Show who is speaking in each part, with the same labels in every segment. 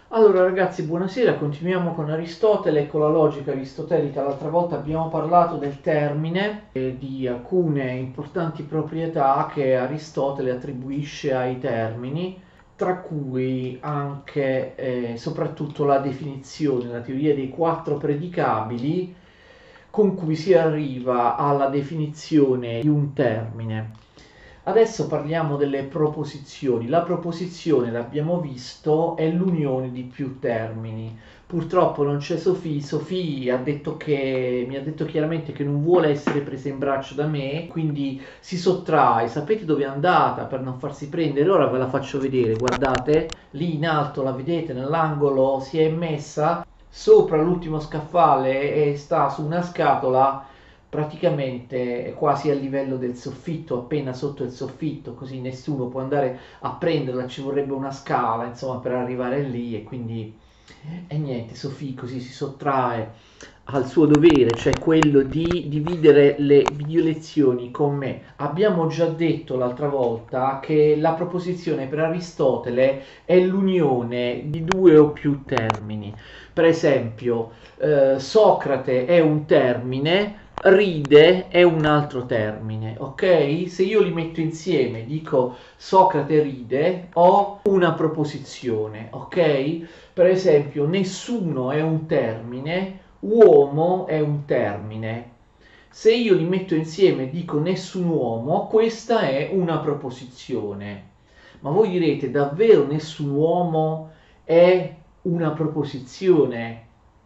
Speaker 1: Allora ragazzi, buonasera, continuiamo con Aristotele e con la logica aristotelica. L'altra volta abbiamo parlato del termine e di alcune importanti proprietà che Aristotele attribuisce ai termini, tra cui anche e soprattutto la definizione, la teoria dei quattro predicabili con cui si arriva alla definizione di un termine. Adesso parliamo delle proposizioni. La proposizione, l'abbiamo visto, è l'unione di più termini. Purtroppo non c'è Sofì. Sofì mi ha detto chiaramente che non vuole essere presa in braccio da me, quindi si sottrae. Sapete dove è andata per non farsi prendere? Ora ve la faccio vedere. Guardate, lì in alto la vedete nell'angolo, si è messa sopra l'ultimo scaffale e sta su una scatola praticamente quasi a livello del soffitto, appena sotto il soffitto, così nessuno può andare a prenderla, ci vorrebbe una scala, insomma, per arrivare lì e quindi e niente, Sofì così si sottrae al suo dovere, cioè quello di dividere le video lezioni con me. Abbiamo già detto l'altra volta che la proposizione per Aristotele è l'unione di due o più termini. Per esempio, Socrate è un termine, ride è un altro termine, ok? Se io li metto insieme, dico Socrate ride, ho una proposizione, ok? Per esempio, nessuno è un termine, uomo è un termine. Se io li metto insieme e dico nessun uomo, questa è una proposizione. Ma voi direte, davvero nessun uomo è una proposizione?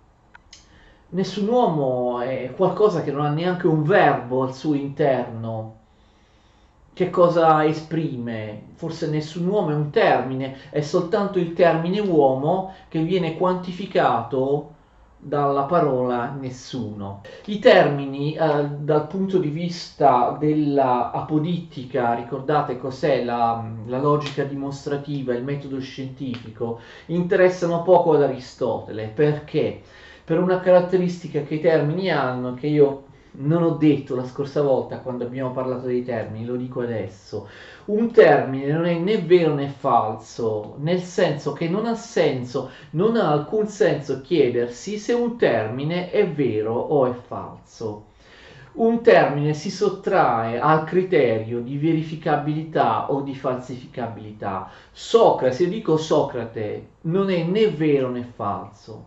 Speaker 1: Nessun uomo è qualcosa che non ha neanche un verbo al suo interno. Che cosa esprime? Forse nessun uomo è un termine, è soltanto il termine uomo che viene quantificato dalla parola nessuno. I termini dal punto di vista della apodittica, ricordate cos'è la logica dimostrativa, il metodo scientifico, interessano poco ad Aristotele. Perché? Per una caratteristica che i termini hanno, che io non ho detto la scorsa volta quando abbiamo parlato dei termini, lo dico adesso. Un termine non è né vero né falso, nel senso che non ha senso, non ha alcun senso chiedersi se un termine è vero o è falso. Un termine si sottrae al criterio di verificabilità o di falsificabilità. Socrate, se io dico Socrate, non è né vero né falso.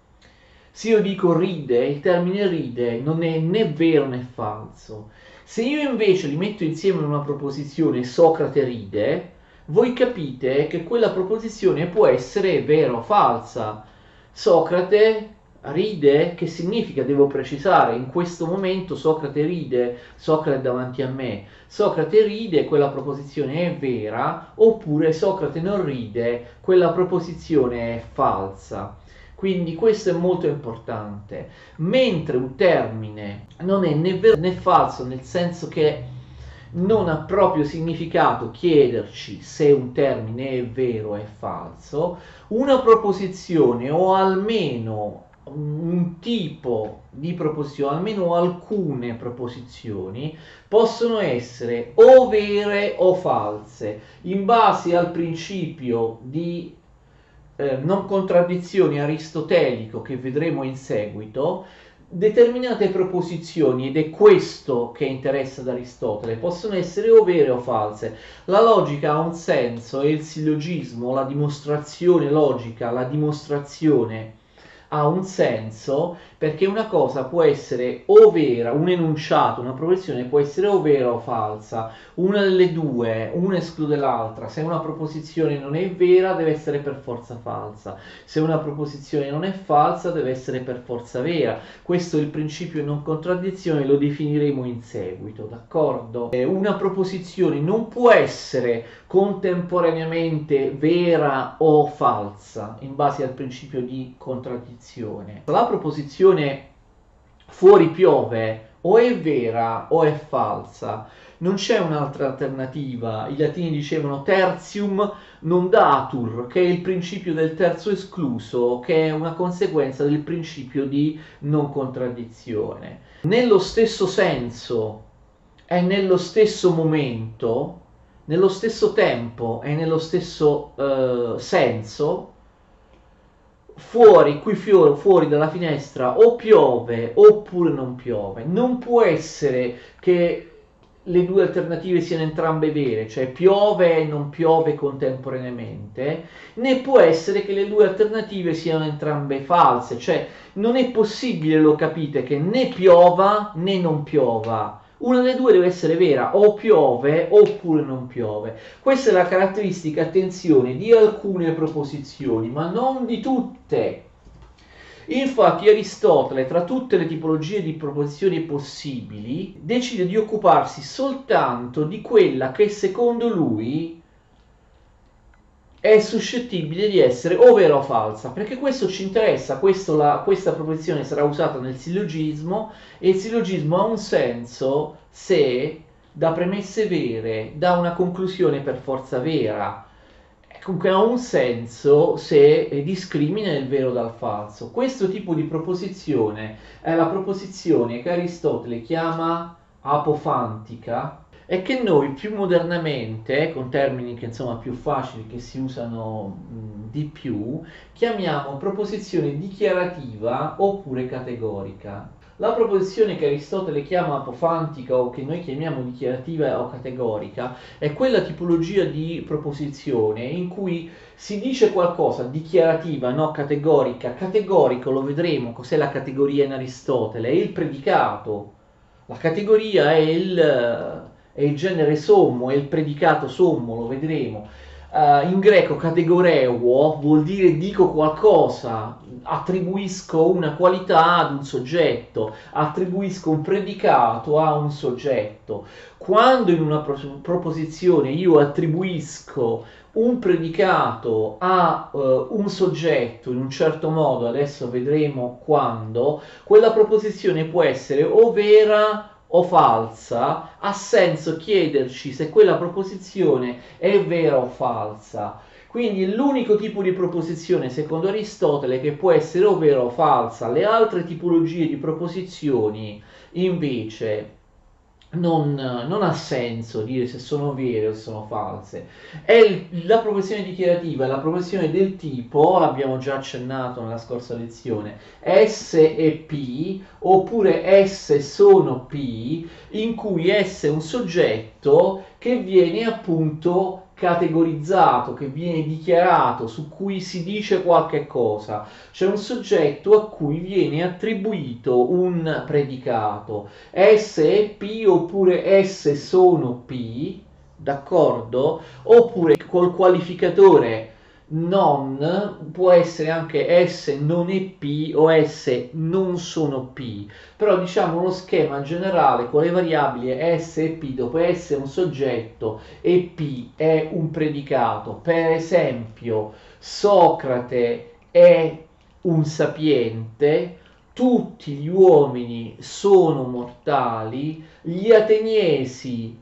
Speaker 1: Se io dico ride, il termine ride non è né vero né falso. Se io invece li metto insieme in una proposizione Socrate ride, voi capite che quella proposizione può essere vera o falsa. Socrate ride, che significa? Devo precisare, in questo momento Socrate ride, Socrate è davanti a me. Socrate ride, quella proposizione è vera, oppure Socrate non ride, quella proposizione è falsa. Quindi questo è molto importante. Mentre un termine non è né vero né falso, nel senso che non ha proprio significato chiederci se un termine è vero o è falso, una proposizione o almeno un tipo di proposizione, almeno alcune proposizioni, possono essere o vere o false, in base al principio di non contraddizioni aristotelico che vedremo in seguito. Determinate proposizioni, ed è questo che interessa ad Aristotele, possono essere o vere o false. La logica ha un senso e il sillogismo, la dimostrazione logica, la dimostrazione ha un senso perché una cosa può essere o vera, un enunciato, una proposizione può essere o vera o falsa, una delle due, una esclude l'altra. Se una proposizione non è vera deve essere per forza falsa, se una proposizione non è falsa deve essere per forza vera. Questo è il principio di non contraddizione, lo definiremo in seguito, d'accordo? Una proposizione non può essere contemporaneamente vera o falsa in base al principio di contraddizione. La proposizione fuori piove o è vera o è falsa, non c'è un'altra alternativa. I latini dicevano tertium non datur, che è il principio del terzo escluso, che è una conseguenza del principio di non contraddizione. Nello stesso senso e nello stesso momento, nello stesso tempo e nello stesso senso, fuori dalla finestra o piove oppure non piove. Non può essere che le due alternative siano entrambe vere, cioè piove e non piove contemporaneamente, né può essere che le due alternative siano entrambe false, cioè non è possibile, lo capite, che né piova né non piova. Una delle due deve essere vera, o piove oppure non piove. Questa è la caratteristica, attenzione, di alcune proposizioni, ma non di tutte. Infatti Aristotele, tra tutte le tipologie di proposizioni possibili, decide di occuparsi soltanto di quella che secondo lui è suscettibile di essere o vera o falsa, perché questo ci interessa, questa proposizione sarà usata nel sillogismo, e il sillogismo ha un senso se da premesse vere dà una conclusione per forza vera. Comunque ha un senso se discrimina il vero dal falso. Questo tipo di proposizione è la proposizione che Aristotele chiama apofantica, e che noi più modernamente, con termini che insomma più facili, che si usano di più, chiamiamo proposizione dichiarativa oppure categorica. La proposizione che Aristotele chiama apofantica, o che noi chiamiamo dichiarativa o categorica, è quella tipologia di proposizione in cui si dice qualcosa, dichiarativa, no categorica. Categorico, lo vedremo, cos'è la categoria in Aristotele? È il predicato. La categoria è il genere sommo, è il predicato sommo, lo vedremo. In greco categoreo vuol dire dico qualcosa, attribuisco una qualità ad un soggetto, attribuisco un predicato a un soggetto. Quando in una proposizione io attribuisco un predicato a un soggetto in un certo modo, adesso vedremo quando, quella proposizione può essere o vera o falsa. Ha senso chiederci se quella proposizione è vera o falsa. Quindi l'unico tipo di proposizione, secondo Aristotele, che può essere o vera o falsa. Le altre tipologie di proposizioni, invece, non ha senso dire se sono vere o se sono false. La proposizione dichiarativa è la proposizione del tipo, l'abbiamo già accennato nella scorsa lezione, S e P, oppure S sono P, in cui S è un soggetto che viene appunto categorizzato, che viene dichiarato, su cui si dice qualche cosa. C'è un soggetto a cui viene attribuito un predicato. S è P oppure S sono P, d'accordo? Oppure col qualificatore non, può essere anche S non è P o S non sono P, però diciamo lo schema generale con le variabili S e P, dopo S è un soggetto e P è un predicato. Per esempio Socrate è un sapiente, tutti gli uomini sono mortali, gli ateniesi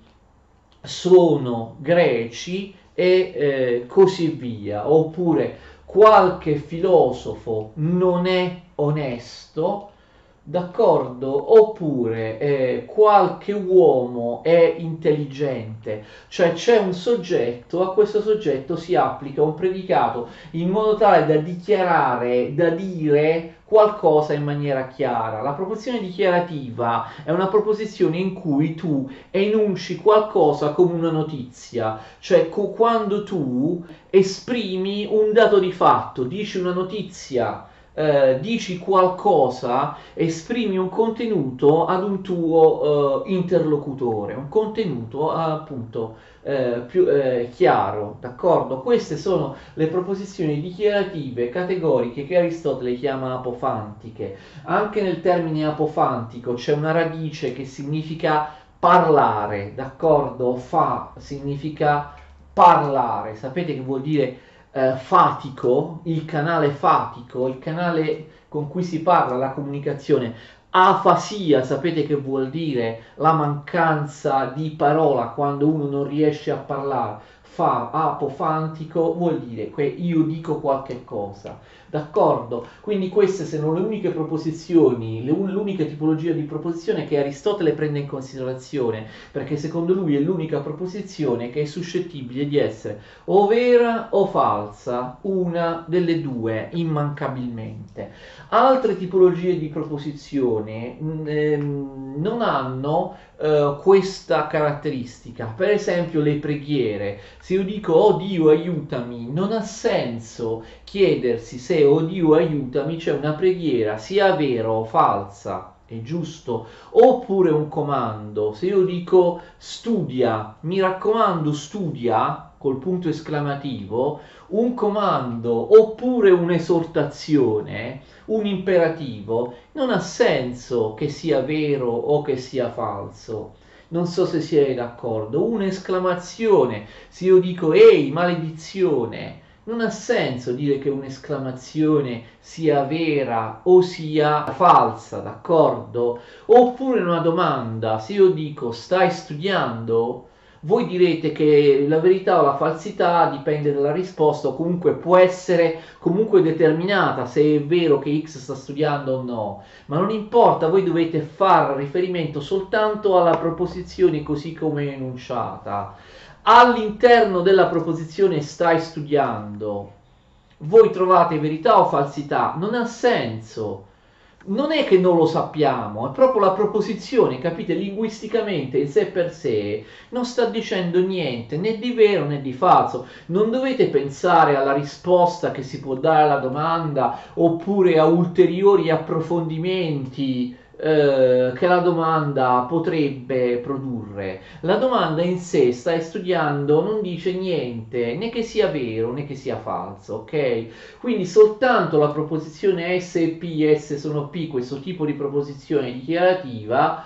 Speaker 1: sono greci, e così via. Oppure qualche filosofo non è onesto, d'accordo? Oppure qualche uomo è intelligente, cioè c'è un soggetto, a questo soggetto si applica un predicato in modo tale da dichiarare, da dire qualcosa in maniera chiara. La proposizione dichiarativa è una proposizione in cui tu enunci qualcosa come una notizia, cioè quando tu esprimi un dato di fatto, dici una notizia, dici qualcosa, esprimi un contenuto ad un tuo interlocutore, un contenuto appunto più chiaro, d'accordo? Queste sono le proposizioni dichiarative categoriche che Aristotele chiama apofantiche. Anche nel termine apofantico c'è una radice che significa parlare, d'accordo? Fa significa parlare, sapete che vuol dire fatico, il canale fatico, il canale con cui si parla, la comunicazione. Afasia, sapete che vuol dire la mancanza di parola quando uno non riesce a parlare. apofantico vuol dire che io dico qualche cosa, d'accordo? Quindi queste sono le uniche proposizioni, l'unica tipologia di proposizione che Aristotele prende in considerazione, perché secondo lui è l'unica proposizione che è suscettibile di essere o vera o falsa, una delle due, immancabilmente. Altre tipologie di proposizione non hanno questa caratteristica. Per esempio le preghiere. Se io dico "Oh Dio aiutami", non ha senso chiedersi se "Oh Dio aiutami" c'è una preghiera sia vera o falsa. È giusto? Oppure un comando. Se io dico "studia", mi raccomando studia col punto esclamativo, un comando oppure un'esortazione, un imperativo, non ha senso che sia vero o che sia falso. Non so se siete d'accordo. Un'esclamazione, se io dico "ehi, maledizione", non ha senso dire che un'esclamazione sia vera o sia falsa, d'accordo? Oppure una domanda, se io dico "stai studiando", voi direte che la verità o la falsità dipende dalla risposta, o comunque può essere comunque determinata se è vero che X sta studiando o no, ma non importa, voi dovete fare riferimento soltanto alla proposizione così come è enunciata. All'interno della proposizione "stai studiando" voi trovate verità o falsità? Non ha senso. Non è che non lo sappiamo, è proprio la proposizione, capite? Linguisticamente in sé per sé non sta dicendo niente né di vero né di falso. Non dovete pensare alla risposta che si può dare alla domanda oppure a ulteriori approfondimenti che la domanda potrebbe produrre. La domanda in sé, "stai studiando", non dice niente, né che sia vero né che sia falso, ok? Quindi soltanto la proposizione S e P, S sono P, questo tipo di proposizione dichiarativa,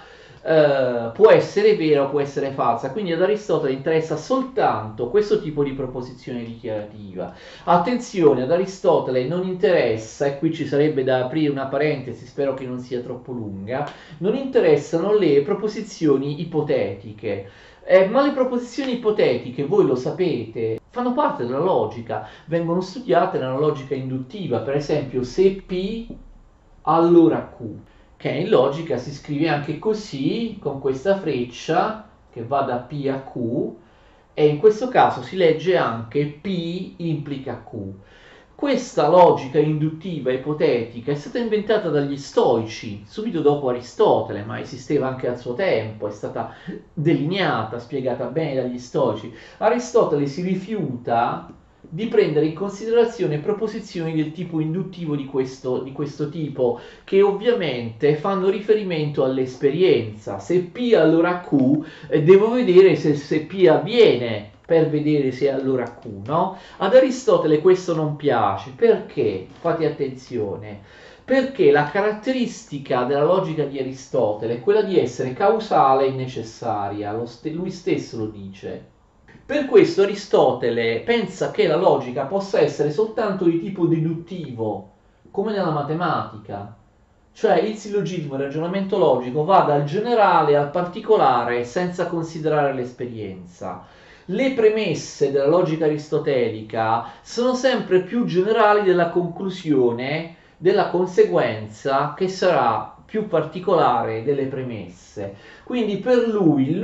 Speaker 1: può essere vera o può essere falsa. Quindi ad Aristotele interessa soltanto questo tipo di proposizione dichiarativa. Attenzione, ad Aristotele non interessa, e qui ci sarebbe da aprire una parentesi, spero che non sia troppo lunga, non interessano le proposizioni ipotetiche. Ma le proposizioni ipotetiche, voi lo sapete, fanno parte della logica, vengono studiate nella logica induttiva. Per esempio, se P, allora Q, che in logica si scrive anche così, con questa freccia che va da P a Q, e in questo caso si legge anche P implica Q. Questa logica induttiva ipotetica è stata inventata dagli stoici subito dopo Aristotele, ma esisteva anche al suo tempo, è stata delineata, spiegata bene dagli stoici. Aristotele si rifiuta di prendere in considerazione proposizioni del tipo induttivo di questo tipo, che ovviamente fanno riferimento all'esperienza. Se P allora Q, devo vedere se P avviene per vedere se è allora Q, no? Ad Aristotele questo non piace, perché? Fate attenzione, perché la caratteristica della logica di Aristotele è quella di essere causale e necessaria, lui stesso lo dice. Per questo Aristotele pensa che la logica possa essere soltanto di tipo deduttivo, come nella matematica. Cioè il sillogismo, il ragionamento logico, va dal generale al particolare senza considerare l'esperienza. Le premesse della logica aristotelica sono sempre più generali della conclusione, della conseguenza che sarà più particolare delle premesse. Quindi per lui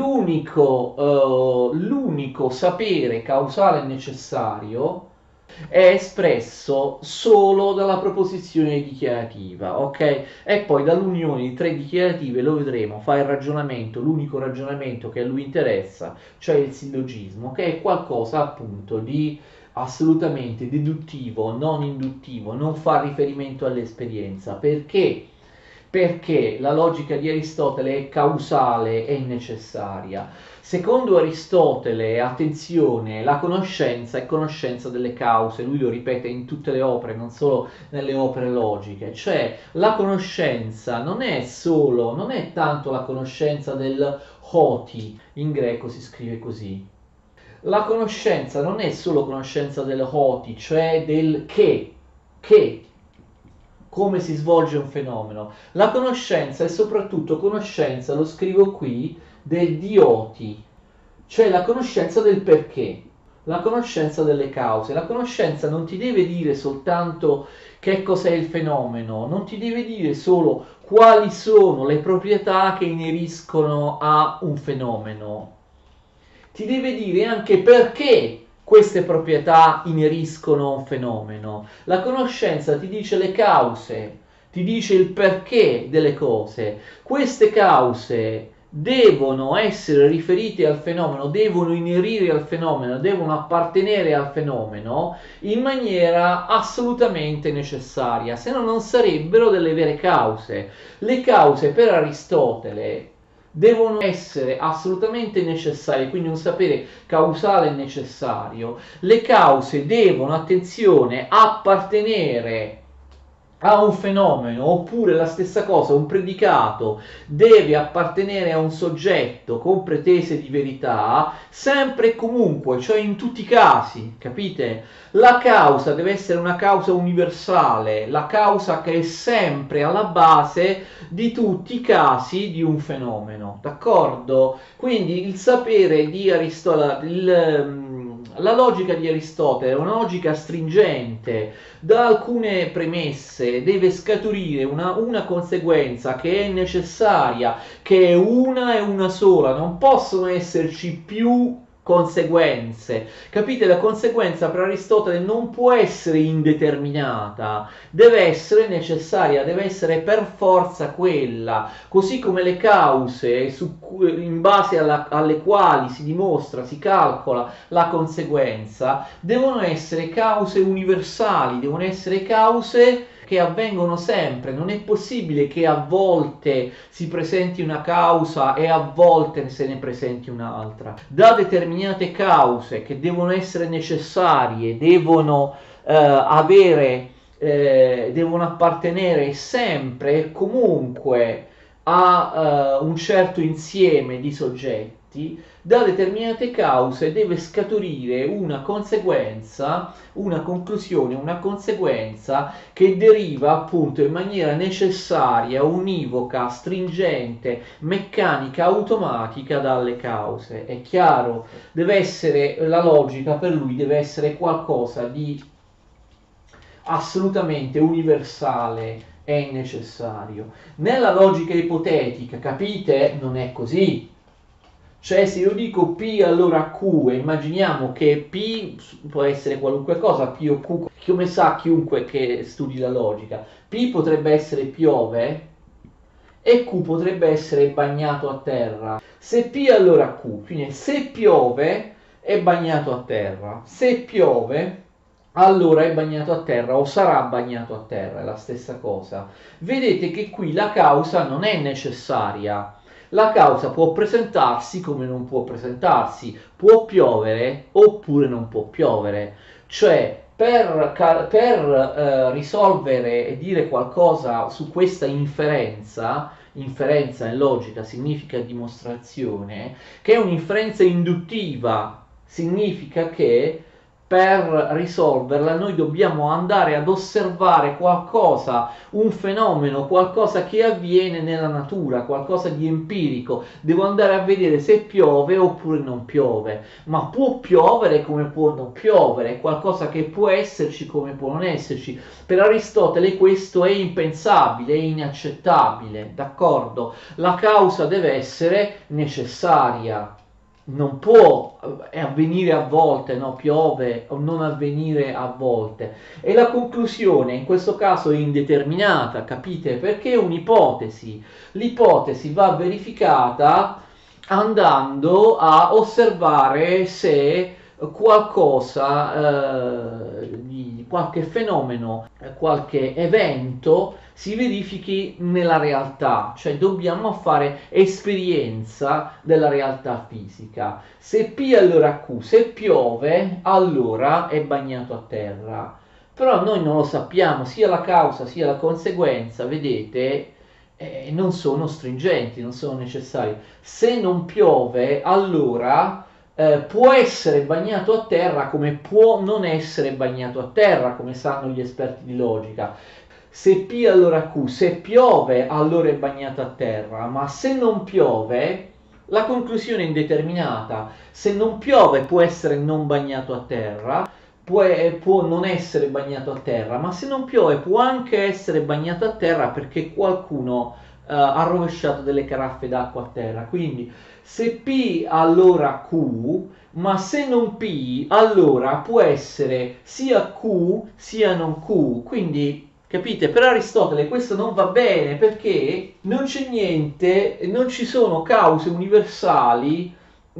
Speaker 1: l'unico sapere causale necessario è espresso solo dalla proposizione dichiarativa, ok? E poi dall'unione di tre dichiarative, lo vedremo, fa il ragionamento, l'unico ragionamento che a lui interessa, cioè il sillogismo, che è qualcosa appunto di assolutamente deduttivo, non induttivo, non fa riferimento all'esperienza. Perché? Perché la logica di Aristotele è causale e necessaria. Secondo Aristotele, attenzione, la conoscenza è conoscenza delle cause, lui lo ripete in tutte le opere, non solo nelle opere logiche, cioè la conoscenza non è tanto la conoscenza del hoti, in greco si scrive così. La conoscenza non è solo conoscenza del hoti, cioè del che, come si svolge un fenomeno. La conoscenza è soprattutto conoscenza, lo scrivo qui, del dioti, cioè la conoscenza del perché. La conoscenza delle cause. La conoscenza non ti deve dire soltanto che cos'è il fenomeno, non ti deve dire solo quali sono le proprietà che ineriscono a un fenomeno, ti deve dire anche perché queste proprietà ineriscono a un fenomeno. La conoscenza ti dice le cause, ti dice il perché delle cose. Queste cause devono essere riferite al fenomeno, devono inerire al fenomeno, devono appartenere al fenomeno in maniera assolutamente necessaria, se no non sarebbero delle vere cause. Le cause per Aristotele devono essere assolutamente necessarie, quindi un sapere causale necessario. Le cause devono, attenzione, appartenere a un fenomeno, oppure la stessa cosa, un predicato deve appartenere a un soggetto con pretese di verità, sempre e comunque, cioè in tutti i casi, capite? La causa deve essere una causa universale, la causa che è sempre alla base di tutti i casi di un fenomeno, d'accordo? Quindi il sapere di Aristotele, la logica di Aristotele è una logica stringente, da alcune premesse deve scaturire una conseguenza che è necessaria, che è una e una sola, non possono esserci più conseguenze. Capite? La conseguenza per Aristotele non può essere indeterminata, deve essere necessaria, deve essere per forza quella, così come le cause in base alle quali si dimostra, si calcola la conseguenza, devono essere cause universali, devono essere cause che avvengono sempre. Non è possibile che a volte si presenti una causa e a volte se ne presenti un'altra. Da determinate cause che devono essere necessarie, devono devono appartenere sempre e comunque a un certo insieme di soggetti, da determinate cause deve scaturire una conseguenza, una conclusione, una conseguenza che deriva appunto in maniera necessaria, univoca, stringente, meccanica, automatica dalle cause. È chiaro? Deve essere, la logica per lui deve essere qualcosa di assolutamente universale e necessario. Nella logica ipotetica, capite? Non è così. Cioè, se io dico P allora Q e immaginiamo che P può essere qualunque cosa, P o Q, come sa chiunque che studi la logica, P potrebbe essere piove e Q potrebbe essere bagnato a terra. Se P allora Q, quindi se piove è bagnato a terra, se piove allora è bagnato a terra o sarà bagnato a terra, è la stessa cosa. Vedete che qui la causa non è necessaria. La causa può presentarsi come non può presentarsi, può piovere oppure non può piovere. Cioè, per risolvere e dire qualcosa su questa inferenza, inferenza in logica significa dimostrazione, che è un'inferenza induttiva, significa che per risolverla noi dobbiamo andare ad osservare qualcosa, un fenomeno, qualcosa che avviene nella natura, qualcosa di empirico. Devo andare a vedere se piove oppure non piove, ma può piovere come può non piovere, è qualcosa che può esserci come può non esserci. Per Aristotele questo è impensabile, è inaccettabile, d'accordo? La causa deve essere necessaria. Non può avvenire a volte, no, piove o non avvenire a volte. E la conclusione in questo caso è indeterminata, capite? Perché è un'ipotesi. L'ipotesi va verificata andando a osservare se qualcosa di qualche fenomeno, qualche evento si verifichi nella realtà, cioè dobbiamo fare esperienza della realtà fisica. Se P allora Q, se piove allora è bagnato a terra, però noi non lo sappiamo, sia la causa sia la conseguenza, vedete, non sono stringenti, non sono necessari. Se non piove allora può essere bagnato a terra come può non essere bagnato a terra, come sanno gli esperti di logica. Se P allora Q, se piove allora è bagnato a terra, ma se non piove La conclusione è indeterminata. Se non piove può essere non bagnato a terra, può non essere bagnato a terra, ma se non piove può anche essere bagnato a terra perché qualcuno ha rovesciato delle caraffe d'acqua a terra. Quindi se P allora Q, ma se non P allora può essere sia Q sia non Q. Quindi capite, per Aristotele questo non va bene perché non c'è niente, non ci sono cause universali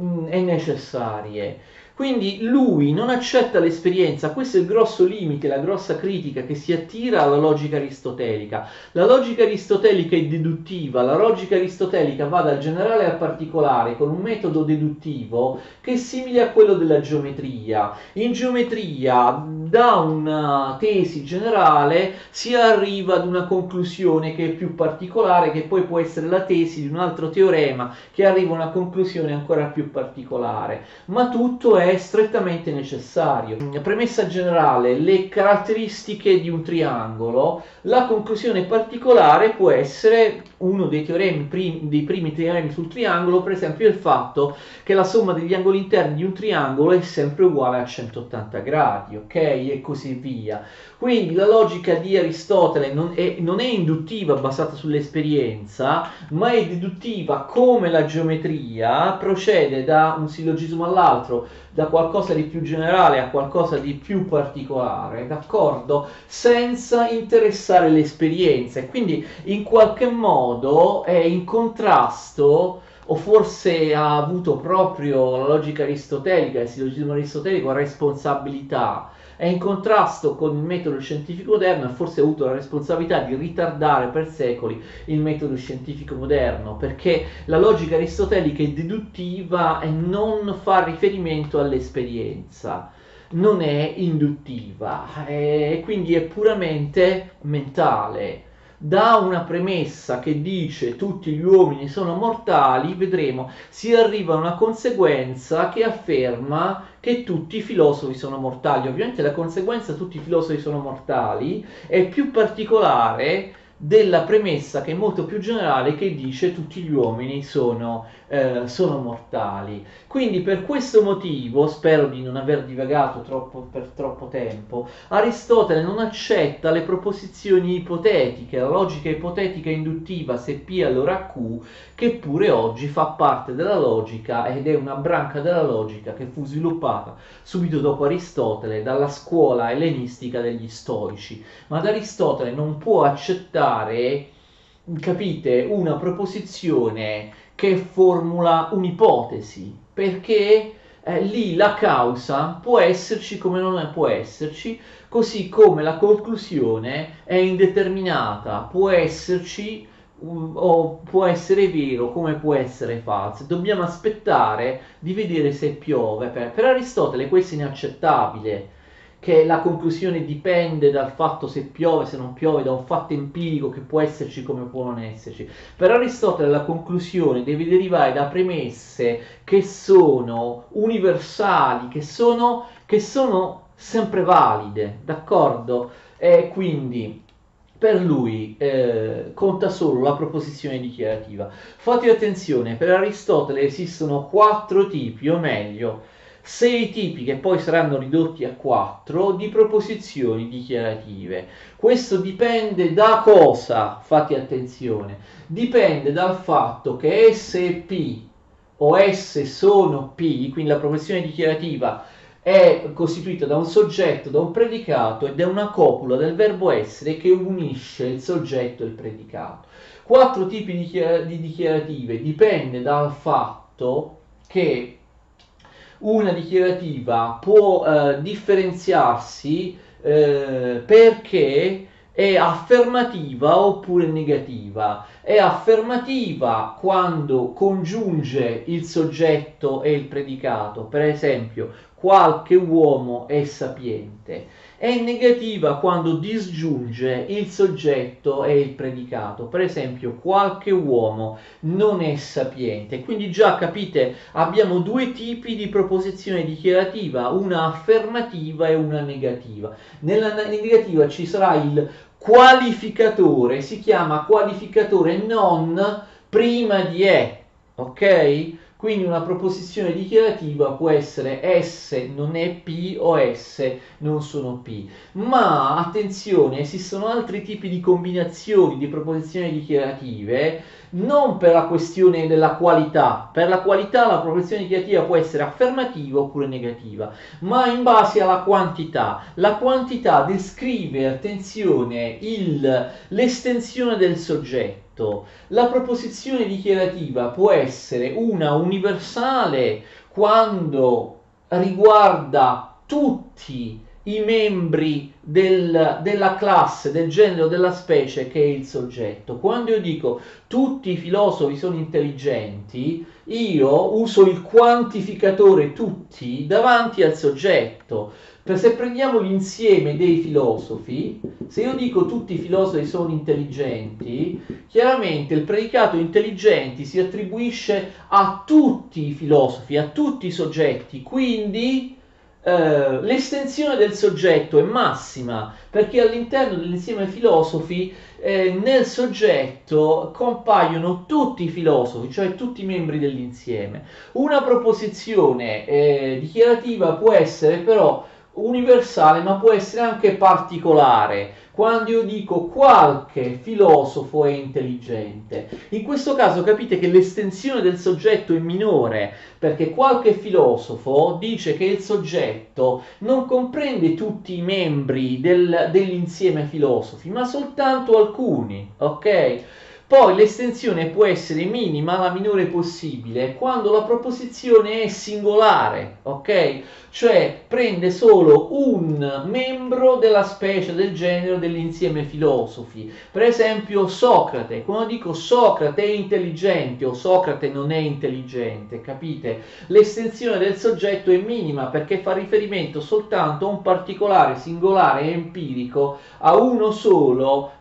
Speaker 1: e necessarie. Quindi lui non accetta l'esperienza, questo è il grosso limite, la grossa critica che si attira alla logica aristotelica. La logica aristotelica è deduttiva, la logica aristotelica va dal generale al particolare con un metodo deduttivo che è simile a quello della geometria. In geometria, da una tesi generale si arriva ad una conclusione che è più particolare, che poi può essere la tesi di un altro teorema che arriva a una conclusione ancora più particolare, ma tutto è strettamente necessario. Premessa generale: le caratteristiche di un triangolo. La conclusione particolare può essere uno dei dei primi teoremi sul triangolo, per esempio il fatto che la somma degli angoli interni di un triangolo è sempre uguale a 180 gradi, ok? E così via. Quindi la logica di Aristotele non è induttiva basata sull'esperienza, ma è deduttiva come la geometria, procede da un sillogismo all'altro, da qualcosa di più generale a qualcosa di più particolare, d'accordo? Senza interessare l'esperienza, e quindi in qualche modo è in contrasto, o forse ha avuto proprio la logica aristotelica, il sillogismo aristotelico, responsabilità, è in contrasto con il metodo scientifico moderno e forse ha avuto la responsabilità di ritardare per secoli il metodo scientifico moderno, perché la logica aristotelica è deduttiva e non fa riferimento all'esperienza, non è induttiva e quindi è puramente mentale. Da una premessa che dice tutti gli uomini sono mortali, vedremo, si arriva a una conseguenza che afferma che tutti i filosofi sono mortali. Ovviamente la conseguenza tutti i filosofi sono mortali è più particolare della premessa, che è molto più generale, che dice tutti gli uomini sono mortali. Quindi per questo motivo, spero di non aver divagato per troppo tempo, Aristotele non accetta le proposizioni ipotetiche, la logica ipotetica induttiva se P allora Q, che pure oggi fa parte della logica ed è una branca della logica che fu sviluppata subito dopo Aristotele dalla scuola ellenistica degli stoici. Ma Aristotele non può accettare, capite, una proposizione che formula un'ipotesi, perché lì la causa può esserci come non può esserci, così come la conclusione è indeterminata, può esserci o può essere vero come può essere falso. Dobbiamo aspettare di vedere se piove. Per Aristotele questo è inaccettabile, che la conclusione dipende dal fatto se piove, se non piove, da un fatto empirico che può esserci come può non esserci. Per Aristotele la conclusione deve derivare da premesse che sono universali, che sono sempre valide, d'accordo? E quindi per lui conta solo la proposizione dichiarativa. Fate attenzione, per Aristotele esistono 4 tipi, o meglio 6 tipi, che poi saranno ridotti a 4, di proposizioni dichiarative. Questo dipende da cosa? Fate attenzione. Dipende dal fatto che S e P o S sono P, quindi la proposizione dichiarativa è costituita da un soggetto, da un predicato e da una copula del verbo essere che unisce il soggetto e il predicato. 4 tipi di dichiarative, dipende dal fatto che una dichiarativa può differenziarsi perché è affermativa oppure negativa. È affermativa quando congiunge il soggetto e il predicato, per esempio qualche uomo è sapiente. È negativa quando disgiunge il soggetto e il predicato, per esempio qualche uomo non è sapiente. Quindi già capite, abbiamo 2 tipi di proposizione dichiarativa, una affermativa e una negativa. Nella negativa ci sarà il qualificatore, si chiama qualificatore non prima di è, ok? Quindi una proposizione dichiarativa può essere S non è P o S non sono P. Ma attenzione, esistono altri tipi di combinazioni di proposizioni dichiarative, non per la questione della qualità. Per la qualità la proposizione dichiarativa può essere affermativa oppure negativa, ma in base alla quantità. La quantità descrive, attenzione, l'estensione del soggetto. La proposizione dichiarativa può essere una universale quando riguarda tutti i membri della classe, del genere o della specie che è il soggetto. Quando io dico tutti i filosofi sono intelligenti, io uso il quantificatore tutti davanti al soggetto. Se prendiamo l'insieme dei filosofi, se io dico tutti i filosofi sono intelligenti, chiaramente il predicato intelligenti si attribuisce a tutti i filosofi, a tutti i soggetti, quindi l'estensione del soggetto è massima, perché all'interno dell'insieme filosofi nel soggetto compaiono tutti i filosofi, cioè tutti i membri dell'insieme. Una proposizione dichiarativa può essere però universale, ma può essere anche particolare. Quando io dico qualche filosofo è intelligente, in questo caso capite che l'estensione del soggetto è minore, perché qualche filosofo dice che il soggetto non comprende tutti i membri dell'insieme filosofi, ma soltanto alcuni, ok? Poi l'estensione può essere minima, la minore possibile, quando la proposizione è singolare, ok? Cioè prende solo un membro della specie, del genere, dell'insieme filosofi. Per esempio Socrate, quando dico Socrate è intelligente o Socrate non è intelligente, capite? L'estensione del soggetto è minima perché fa riferimento soltanto a un particolare, singolare e empirico, a uno solo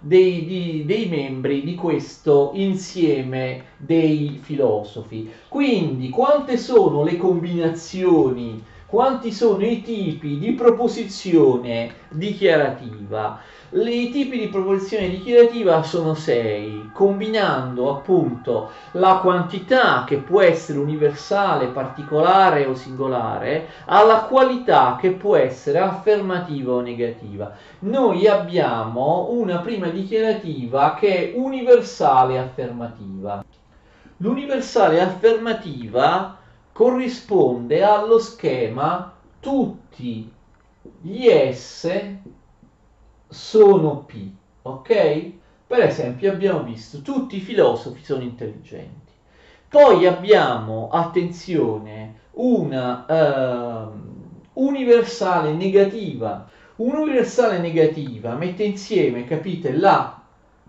Speaker 1: dei membri di questo insieme dei filosofi. Quindi quante sono le combinazioni, quanti sono i tipi di proposizione dichiarativa? I tipi di proposizione dichiarativa sono 6, combinando appunto la quantità, che può essere universale, particolare o singolare, alla qualità, che può essere affermativa o negativa. Noi abbiamo una prima dichiarativa che è universale affermativa. L'universale affermativa corrisponde allo schema tutti gli S sono P, ok? Per esempio abbiamo visto tutti i filosofi sono intelligenti. Poi abbiamo, attenzione, una universale negativa. Un'universale negativa mette insieme, capite, la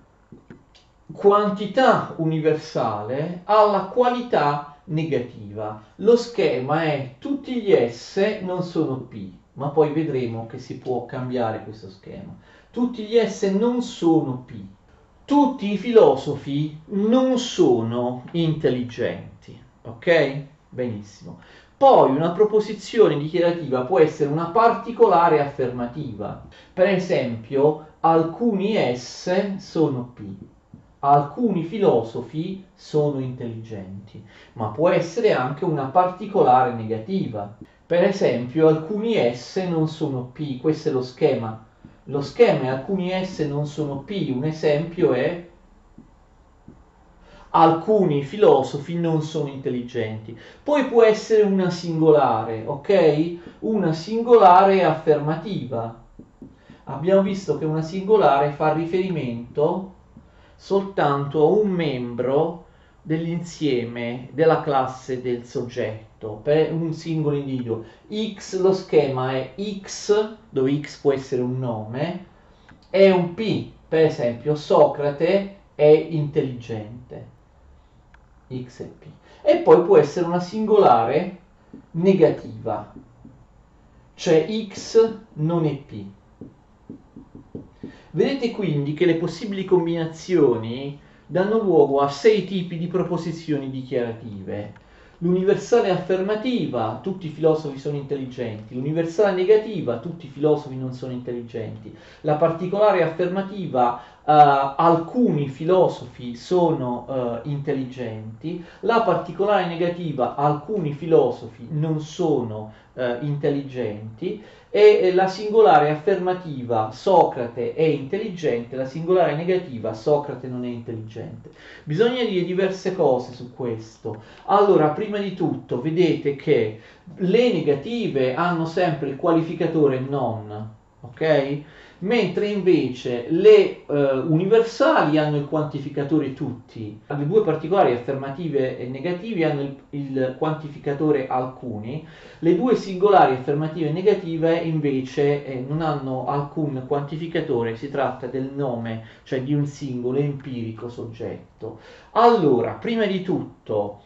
Speaker 1: quantità universale alla qualità negativa. Lo schema è tutti gli S non sono P, ma poi vedremo che si può cambiare questo schema. Tutti gli S non sono P. Tutti i filosofi non sono intelligenti, ok? Benissimo. Poi una proposizione dichiarativa può essere una particolare affermativa. Per esempio, alcuni S sono P. Alcuni filosofi sono intelligenti, ma può essere anche una particolare negativa. Per esempio, alcuni S non sono P, questo è lo schema. Lo schema è alcuni S non sono P, un esempio è alcuni filosofi non sono intelligenti. Poi può essere una singolare, ok? Una singolare affermativa. Abbiamo visto che una singolare fa riferimento soltanto a un membro dell'insieme della classe del soggetto, per un singolo individuo. X, lo schema è X, dove X può essere un nome, è un P, per esempio Socrate è intelligente, X e P. E poi può essere una singolare negativa, cioè X non è P. Vedete quindi che le possibili combinazioni danno luogo a 6 tipi di proposizioni dichiarative. L'universale affermativa, tutti i filosofi sono intelligenti. L'universale negativa, tutti i filosofi non sono intelligenti. La particolare affermativa, alcuni filosofi sono intelligenti, la particolare negativa alcuni filosofi non sono intelligenti, e la singolare affermativa Socrate è intelligente, la singolare negativa Socrate non è intelligente. Bisogna dire diverse cose su questo. Allora, prima di tutto, vedete che le negative hanno sempre il qualificatore non, ok? Mentre invece le universali hanno il quantificatore tutti. Le due particolari affermative e negative hanno il quantificatore alcuni, le due singolari affermative e negative invece non hanno alcun quantificatore, si tratta del nome, cioè di un singolo empirico soggetto. Allora, prima di tutto,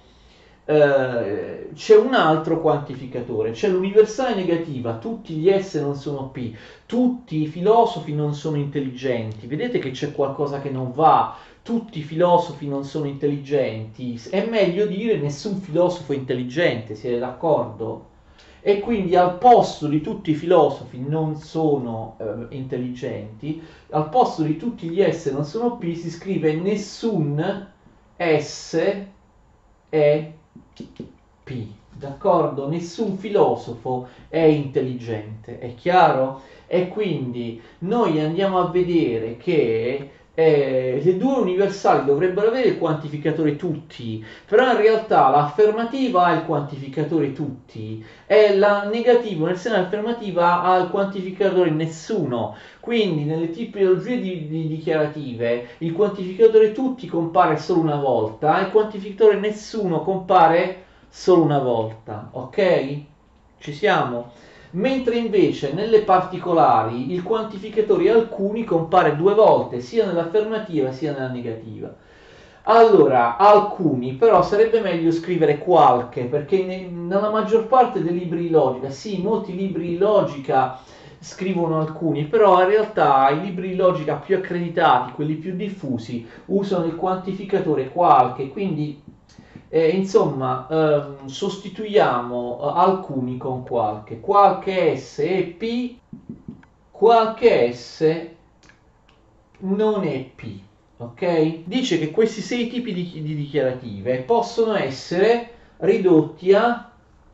Speaker 1: c'è un altro quantificatore, c'è l'universale negativa, tutti gli S non sono P, tutti i filosofi non sono intelligenti, vedete che c'è qualcosa che non va, tutti i filosofi non sono intelligenti, è meglio dire nessun filosofo è intelligente, siete d'accordo? E quindi al posto di tutti i filosofi non sono intelligenti, al posto di tutti gli S non sono P, si scrive nessun S è P, d'accordo? Nessun filosofo è intelligente, è chiaro? E quindi noi andiamo a vedere che le due universali dovrebbero avere il quantificatore tutti, però in realtà l'affermativa ha il quantificatore tutti e la negativa, un'azione affermativa ha il quantificatore nessuno. Quindi nelle tipologie di dichiarative il quantificatore tutti compare solo una volta e il quantificatore nessuno compare solo una volta, ok? Ci siamo? Mentre invece nelle particolari il quantificatore alcuni compare due volte, sia nell'affermativa sia nella negativa. Allora, alcuni, però sarebbe meglio scrivere qualche, perché nella maggior parte dei libri di logica, sì, molti libri di logica scrivono alcuni, però in realtà i libri di logica più accreditati, quelli più diffusi, usano il quantificatore qualche, quindi insomma, sostituiamo alcuni con qualche. Qualche S è P, qualche S non è P. Ok? Dice che questi 6 tipi di dichiarative possono essere ridotti a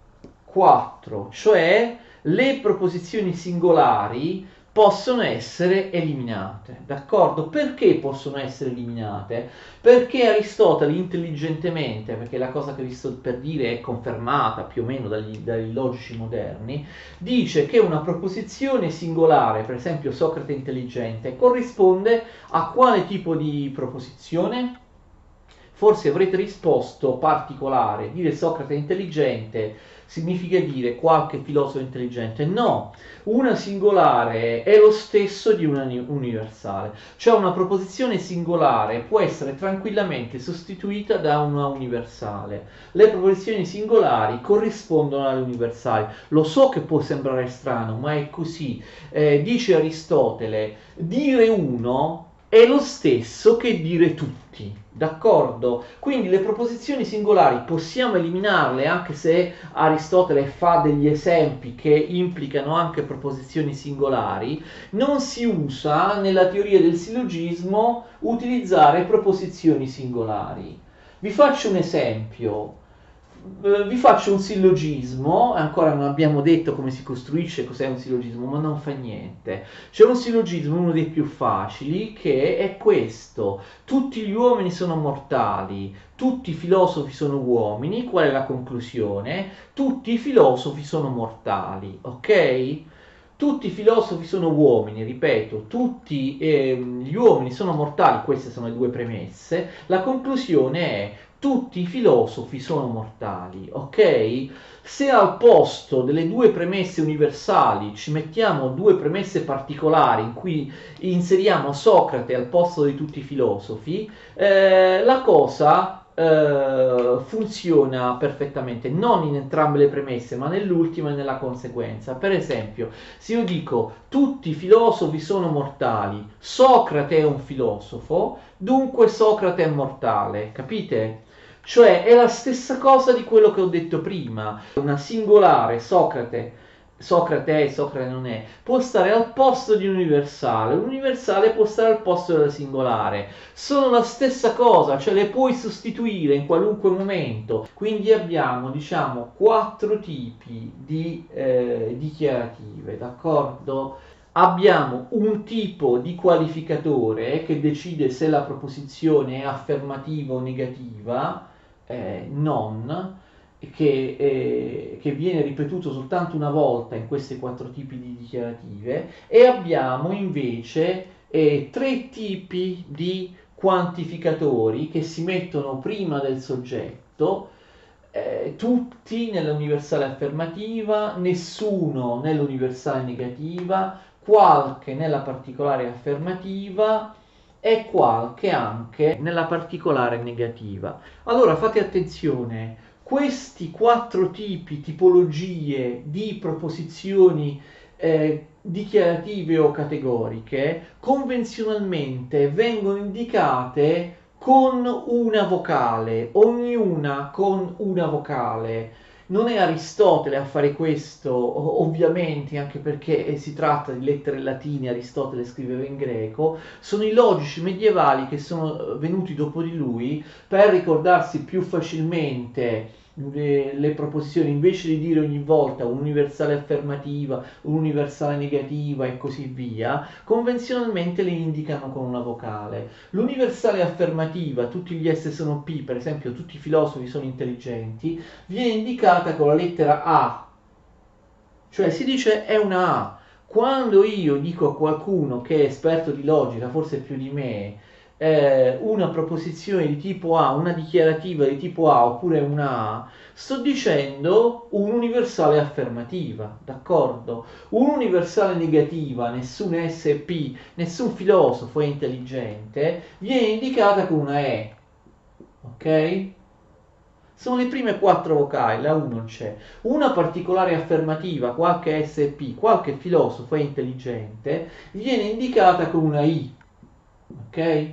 Speaker 1: 4, cioè le proposizioni singolari possono essere eliminate, d'accordo? Perché possono essere eliminate? Perché Aristotele intelligentemente, perché la cosa che vi sto per dire è confermata più o meno dagli logici moderni, dice che una proposizione singolare, per esempio Socrate intelligente, corrisponde a quale tipo di proposizione? Forse avrete risposto particolare, dire Socrate intelligente significa dire qualche filosofo intelligente. No, una singolare è lo stesso di una universale, cioè una proposizione singolare può essere tranquillamente sostituita da una universale. Le proposizioni singolari corrispondono alle universali. Lo so che può sembrare strano, ma è così. Dice Aristotele, dire uno è lo stesso che dire tutti, d'accordo? Quindi le proposizioni singolari possiamo eliminarle, anche se Aristotele fa degli esempi che implicano anche proposizioni singolari. Non si usa nella teoria del sillogismo utilizzare proposizioni singolari. Vi faccio un esempio. Vi faccio un sillogismo, ancora non abbiamo detto come si costruisce, cos'è un sillogismo, ma non fa niente. C'è un sillogismo, uno dei più facili, che è questo: tutti gli uomini sono mortali, tutti i filosofi sono uomini. Qual è la conclusione? Tutti i filosofi sono mortali, ok? Tutti i filosofi sono uomini, ripeto, tutti gli uomini sono mortali, queste sono le due premesse. La conclusione è: tutti i filosofi sono mortali, ok? Se al posto delle due premesse universali ci mettiamo due premesse particolari in cui inseriamo Socrate al posto di tutti i filosofi, la cosa funziona perfettamente, non in entrambe le premesse, ma nell'ultima e nella conseguenza. Per esempio, se io dico tutti i filosofi sono mortali, Socrate è un filosofo, dunque Socrate è mortale, capite? Cioè è la stessa cosa di quello che ho detto prima. Una singolare, Socrate Socrate è, Socrate non è, può stare al posto di un universale, un universale può stare al posto della singolare, sono la stessa cosa, cioè le puoi sostituire in qualunque momento. Quindi abbiamo, diciamo, quattro tipi di dichiarative, d'accordo? Abbiamo un tipo di qualificatore che decide se la proposizione è affermativa o negativa, non, che viene ripetuto soltanto una volta in questi quattro tipi di dichiarative, e abbiamo invece tre tipi di quantificatori che si mettono prima del soggetto, tutti nell'universale affermativa, nessuno nell'universale negativa, qualche nella particolare affermativa e qualche anche nella particolare negativa. Allora fate attenzione, questi quattro tipi, tipologie di proposizioni dichiarative o categoriche convenzionalmente vengono indicate con una vocale, ognuna con una vocale. Non è Aristotele a fare questo, ovviamente, anche perché si tratta di lettere latine, Aristotele scriveva in greco, sono i logici medievali che sono venuti dopo di lui per ricordarsi più facilmente le proposizioni, invece di dire ogni volta un'universale affermativa, un'universale negativa e così via, convenzionalmente le indicano con una vocale. L'universale affermativa, tutti gli S sono P, per esempio tutti i filosofi sono intelligenti, viene indicata con la lettera A, cioè si dice è una A. Quando io dico a qualcuno che è esperto di logica, forse più di me, una proposizione di tipo A, una dichiarativa di tipo A oppure una A, sto dicendo un'universale affermativa, d'accordo? Un'universale negativa, nessun SP, nessun filosofo è intelligente, viene indicata con una E, ok? Sono le prime quattro vocali, la U non c'è. Una particolare affermativa, qualche SP, qualche filosofo è intelligente, viene indicata con una I, ok?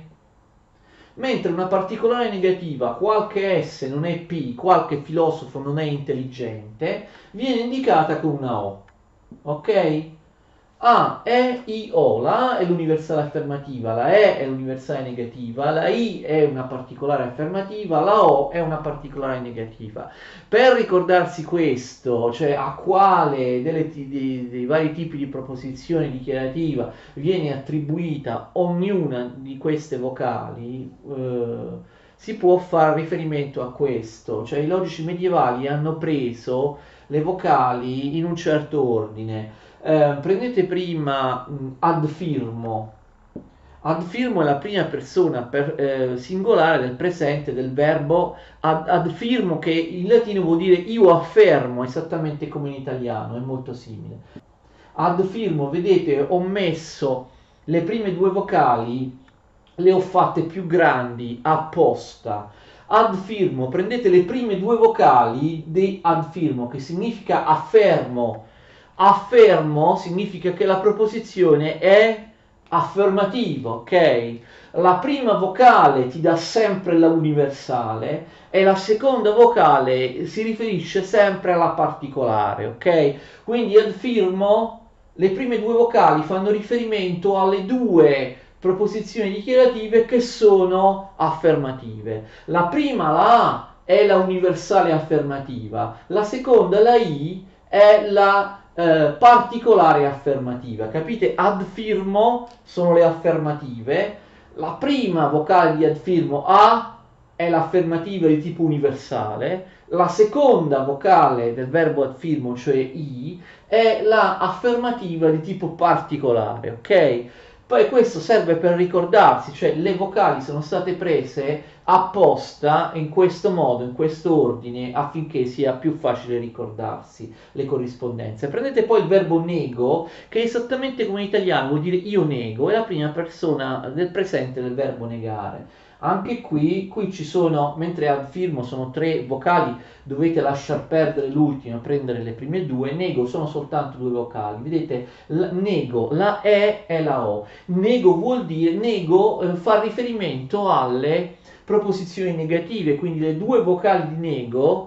Speaker 1: Mentre una particolare negativa, qualche S non è P, qualche filosofo non è intelligente, viene indicata con una O, ok? A, E, I, O. La A è l'universale affermativa, la E è l'universale negativa, la I è una particolare affermativa, la O è una particolare negativa. Per ricordarsi questo, cioè a quale dei vari tipi di proposizione dichiarativa viene attribuita ognuna di queste vocali, si può fare riferimento a questo, cioè i logici medievali hanno preso le vocali in un certo ordine. Prendete prima ad firmo. Ad firmo è la prima persona singolare del presente del verbo ad firmo, che in latino vuol dire io affermo, esattamente come in italiano, è molto simile. Ad firmo, vedete, ho messo le prime due vocali, le ho fatte più grandi apposta. Ad firmo, prendete le prime due vocali di ad firmo, che significa affermo. Affermo significa che la proposizione è affermativa, ok? La prima vocale ti dà sempre la universale e la seconda vocale si riferisce sempre alla particolare, ok? Quindi affermo, le prime due vocali fanno riferimento alle due proposizioni dichiarative che sono affermative. La prima, la A, è la universale affermativa, la seconda, la I, è la particolare affermativa. Capite? Ad firmo sono le affermative, la prima vocale di ad firmo A è l'affermativa di tipo universale, la seconda vocale del verbo ad firmo, cioè I, è la affermativa di tipo particolare, ok? Poi questo serve per ricordarsi, cioè le vocali sono state prese apposta in questo modo, in questo ordine, affinché sia più facile ricordarsi le corrispondenze. Prendete poi il verbo nego, che è esattamente come in italiano vuol dire io nego, è la prima persona del presente del verbo negare. Anche qui ci sono, mentre ad firmo sono tre vocali, dovete lasciar perdere l'ultima, prendere le prime due. Nego sono soltanto due vocali, vedete, nego, la E e la O. Nego vuol dire, nego fa riferimento alle proposizioni negative, quindi le due vocali di nego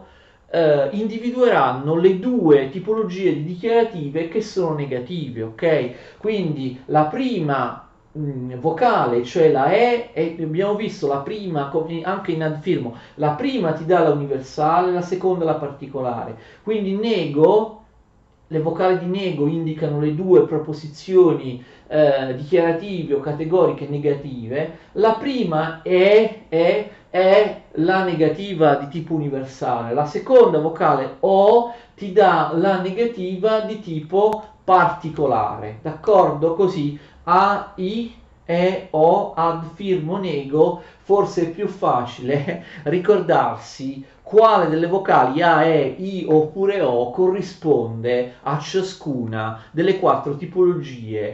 Speaker 1: individueranno le due tipologie di dichiarative che sono negative, ok? Quindi la prima vocale, cioè la e abbiamo visto la prima, anche in adfirmo, la prima ti dà la universale, la seconda la particolare. Quindi nego, le vocali di nego indicano le due proposizioni dichiarative o categoriche negative. La prima è la negativa di tipo universale, la seconda vocale o ti dà la negativa di tipo particolare, d'accordo? Così a, i, e, o, ad, firmo, nego, forse è più facile ricordarsi quale delle vocali A, E, I oppure O corrisponde a ciascuna delle quattro tipologie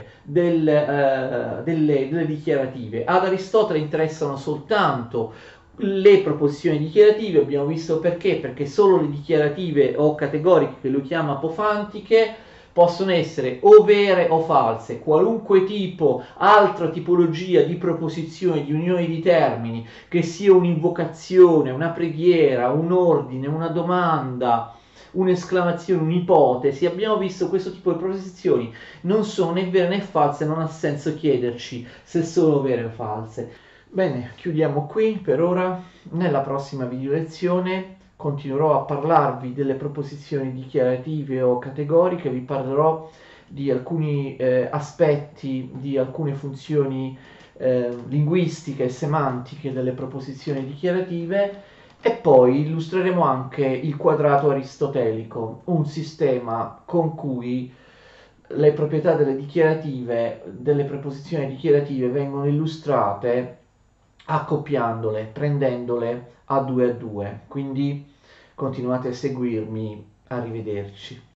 Speaker 1: delle dichiarative. Ad Aristotele interessano soltanto le proposizioni dichiarative, abbiamo visto perché solo le dichiarative o categoriche, che lui chiama apofantiche, possono essere o vere o false. Qualunque tipo, altra tipologia di proposizione, di unione di termini, che sia un'invocazione, una preghiera, un ordine, una domanda, un'esclamazione, un'ipotesi, abbiamo visto questo tipo di proposizioni non sono né vere né false, non ha senso chiederci se sono vere o false. Bene, chiudiamo qui per ora. Nella prossima video lezione continuerò a parlarvi delle proposizioni dichiarative o categoriche, vi parlerò di alcuni aspetti, di alcune funzioni linguistiche e semantiche delle proposizioni dichiarative e poi illustreremo anche il quadrato aristotelico, un sistema con cui le proprietà delle dichiarative, delle preposizioni dichiarative vengono illustrate accoppiandole, prendendole a due. Quindi continuate a seguirmi, arrivederci.